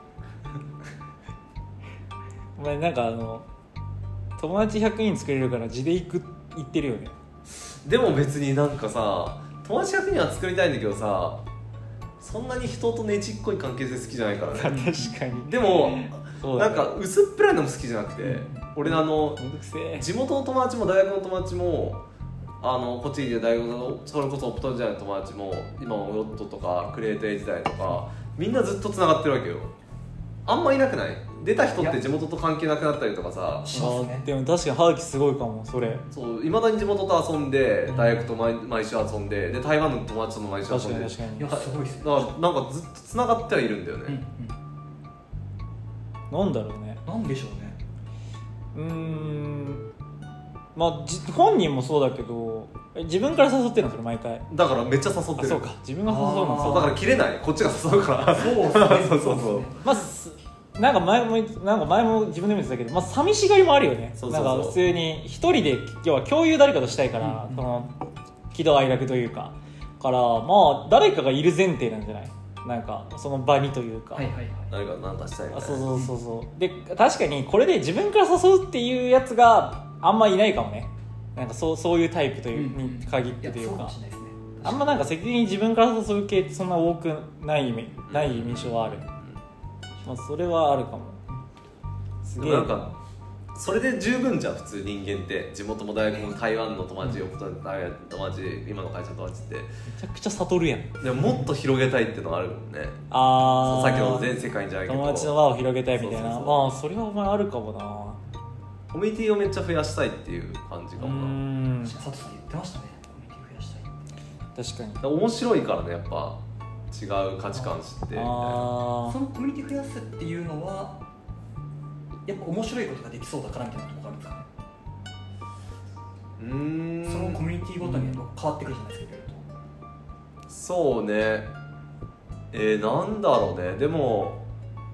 お前なんかあの友達ひゃくにん作れるから地で行く行ってるよね。 でも別になんかさ友達ひゃくにんは作りたいんだけどさそんなに人とねちっこい関係性好きじゃないからね。 確かに。 でもそうだね、 なんか薄っぺらいのも好きじゃなくて、うん、俺あの地元の友達も大学の友達もあのこっちで大学のそれこそオプト時代の友達も今もヨットとかクレート A 時代とかみんなずっとつながってるわけよ。あんまいなくない？出た人って地元と関係なくなったりとかさしますね。でも確かに葉月すごいかもそれ。 そう未だに地元と遊んで大学と 毎, 毎週遊んでで台湾の友達とも毎週遊んで確かに確かにいやすごいっすね。 だからなんかずっとつながってはいるんだよね、 うんうん、なんだろうね。 なんでしょうね。 うーんまあ本人もそうだけど自分から誘ってるのそれ毎回。 だからめっちゃ誘ってる。 そうか自分が誘うの。 そうだから切れないこっちが誘うから。 そうそうそうそうまあなんか前もなんか前も自分でも言ってたけど、まあ、寂しがりもあるよね。 そうそうそうなんか普通に一人で要は共有誰かとしたいから、うん、その喜怒哀楽というかからまあ誰かがいる前提なんじゃない。なんかその場にというか、 はいはいはい、 誰か何かしたいみたいな。 そうそうそうそうで確かにこれで自分から誘うっていうやつがあんまいないかもね。なんかそうそういうタイプという、うん、に限ってというか、いや、ね、あんまなんか責任自分から誘う系ってそんな多くないない印象はある、うんまあ、それはあるかも。すげえなんかそれで十分じゃん普通人間って地元も大学も台湾の友達、うん、友達今の会社の友達ってめちゃくちゃ悟るやん。 でももっと広げたいっていうのはあるもんね。 ああさっきの全世界じゃないけど友達の輪を広げたいみたいな。まあそれはお前あるかもな。 コミュニティをめっちゃ増やしたいっていう感じかもな。 うん。佐藤さん言ってましたね。コミュニティを増やしたい。 確かに。 面白いからねやっぱ違う価値観知ってみたいな。 そのコミュニティ増やすっていうのはやっぱ面白いことができそうだからみたいなところがあるんですかね。 うーん。 そのコミュニティごとに変わってくるじゃないですか。 そうね。えー、なんだろうね。でも。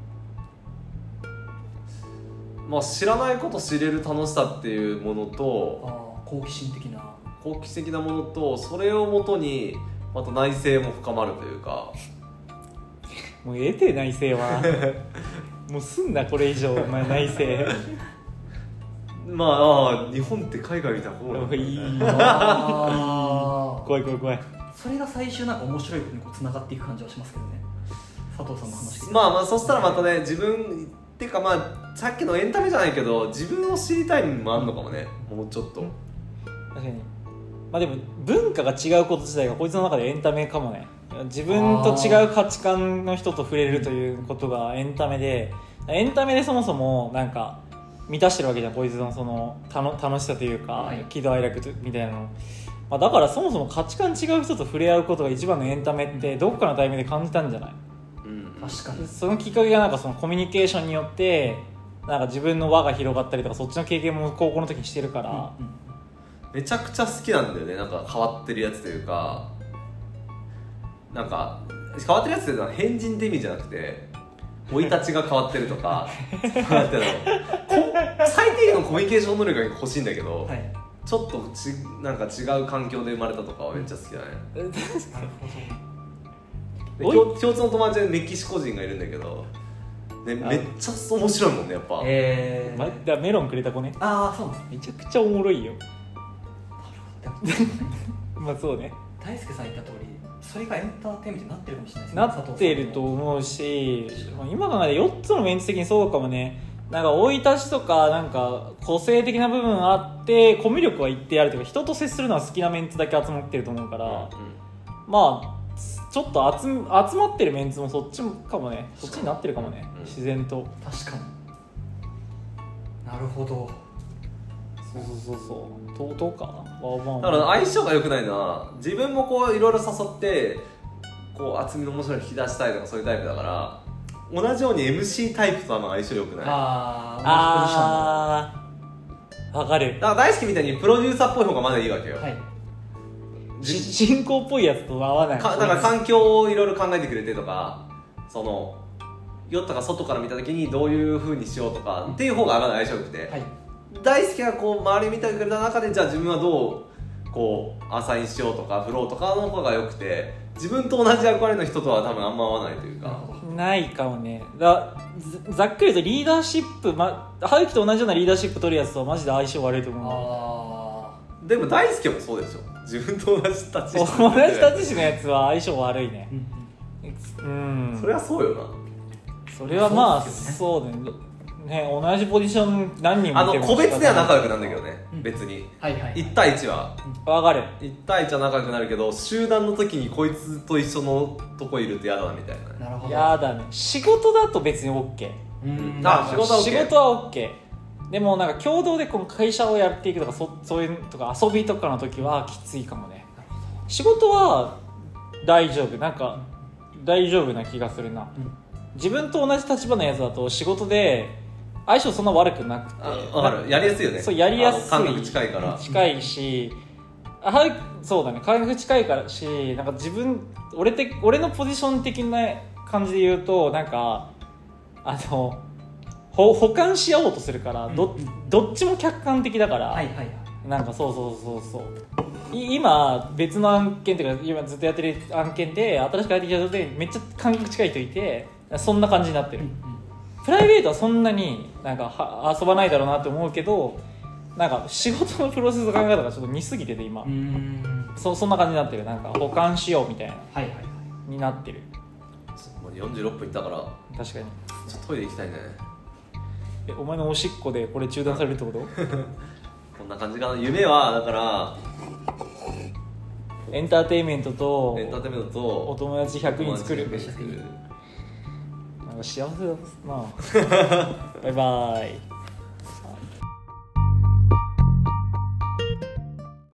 まあ、知らないこと知れる楽しさっていうものとあ好奇心的な好奇心的なものとそれをもとにまた内省も深まるというかもう得て内省はもうすんなこれ以上お前内省まああ日本って海外見た方がいいあ怖い怖い怖い。 それが最終なんか面白いことにこうつながっていく感じはしますけどね佐藤さんの話聞いて。 まあまあそしたらまたね自分っていうかまあさっきのエンタメじゃないけど自分を知りたいのもあるのかもね。もうちょっと確かに。まあでも文化が違うこと自体がこいつの中でエンタメかもね。自分と違う価値観の人と触れるということがエンタメでエンタメでそもそもなんか満たしてるわけじゃんこいつのその楽楽しさというか、はい、喜怒哀楽みたいなの、まあ、だからそもそも価値観違う人と触れ合うことが一番のエンタメってどっかのタイミングで感じたんじゃない。 確かにそのきっかけがなんかそのコミュニケーションによってなんか自分の輪が広がったりとかそっちの経験も高校の時にしてるから、うんうん、 めちゃくちゃ好きなんだよね。なんか変わってるやつというかなんか変わってるやつっていうのは変人って意味じゃなくて生い立ちが変わってるとかなんていうの最低限のコミュニケーション能力が欲しいんだけど、はい、ちょっとちなんか違う環境で生まれたとかはめっちゃ好きだね。なるほど。共通の友達でメキシコ人がいるんだけど、ね、めっちゃ面白いもんねやっぱ。 えー、ま、だメロンくれた子ね。 ああそうです。 めちゃくちゃおもろいよ。 なるほど。 まあそうね。 大輔さん言った通りそれがエンターテインメントになってるかもしれないですね。 なってると思うし、今考えてよっつのメンツ的にそうかもね。なんか生い立ちとかなんか個性的な部分あってコミュ力は一定あるというか人と接するのは好きなメンツだけ集まってると思うから、うんうん、まあちょっと 集, 集まってるメンツもそっちかもね。そっちになってるかもね、うん、自然と。 確かになるほど。 そうそうそうそうととかな。 だから相性が良くないのは自分もこういろいろ誘ってこう厚みの面白いの引き出したいとかそういうタイプだから同じように エムシー タイプとは相性良くない。 ああーわかる。 だから大好きみたいにプロデューサーっぽい方がまだいいわけよ、 はいし進行っぽいやつと合わない。 かだから環境をいろいろ考えてくれてとかそのヨッタが外から見た時にどういう風にしようとかっていう方が相性良くて、 はい大好きがこう周り見てくれた中でじゃあ自分はどうこうアサインしようとかフローとかの方が良くて自分と同じ役割の人とは多分あんま合わないというか。 ないかもね。だざざっくり言うとリーダーシップ、ま、ハウキと同じようなリーダーシップ取るやつとマジで相性悪いと思う。 あでも大好きもそうでしょ。自分と同じ立ち位置同じ立ち位置のやつは相性悪いね。 ーうんうん。 それはそうよな。 それはまあそうですそうだね。ね同じポジション何人あのもいても個別では仲良くなんだけどね、 うん別にはいはいはいいち対いちはわかる。 いち対いちは仲良くなるけど集団の時にこいつと一緒のとこいると嫌だなみたいなね。 なるほどやだね。仕事だと別に OK。 うんあ仕事は OK 仕事は OK。でもなんか共同でこの会社をやっていくとか そ, そういうとか遊びとかの時はきついかもね。仕事は大丈夫、なんか大丈夫な気がするな、 うん自分と同じ立場のやつだと仕事で相性そんな悪くなくて、 あ分かるやりやすいよね。 そうやりやすい、 あの感覚近いから近いし、あはいそうだね感覚近いからし、なんか自分俺て俺のポジション的な感じで言うとなんかあのほ補完し合おうとするから、ど, どっちも客観的だから、 はいはいはいなんかそうそうそうそうい今別の案件というか今ずっとやってる案件で新しく入ってきた人でめっちゃ感覚近い人いてそんな感じになってる、 うんプライベートはそんなになんかは遊ばないだろうなって思うけどなんか仕事のプロセスの考え方がちょっと似すぎてて今、 うんうんそ, そんな感じになってる。なんか補完しようみたいなはいはいはいになってる。 もうよんじゅうろっぷんいったから確かに。 ちょっとトイレ行きたいね。 えお前のおしっこでこれ中断されるってことこんな感じかな。夢はだからエンターテインメントとエンターテインメントおと友達ひゃくにん作る。 友達ひゃくにん作るなんか幸せだなバイバイ。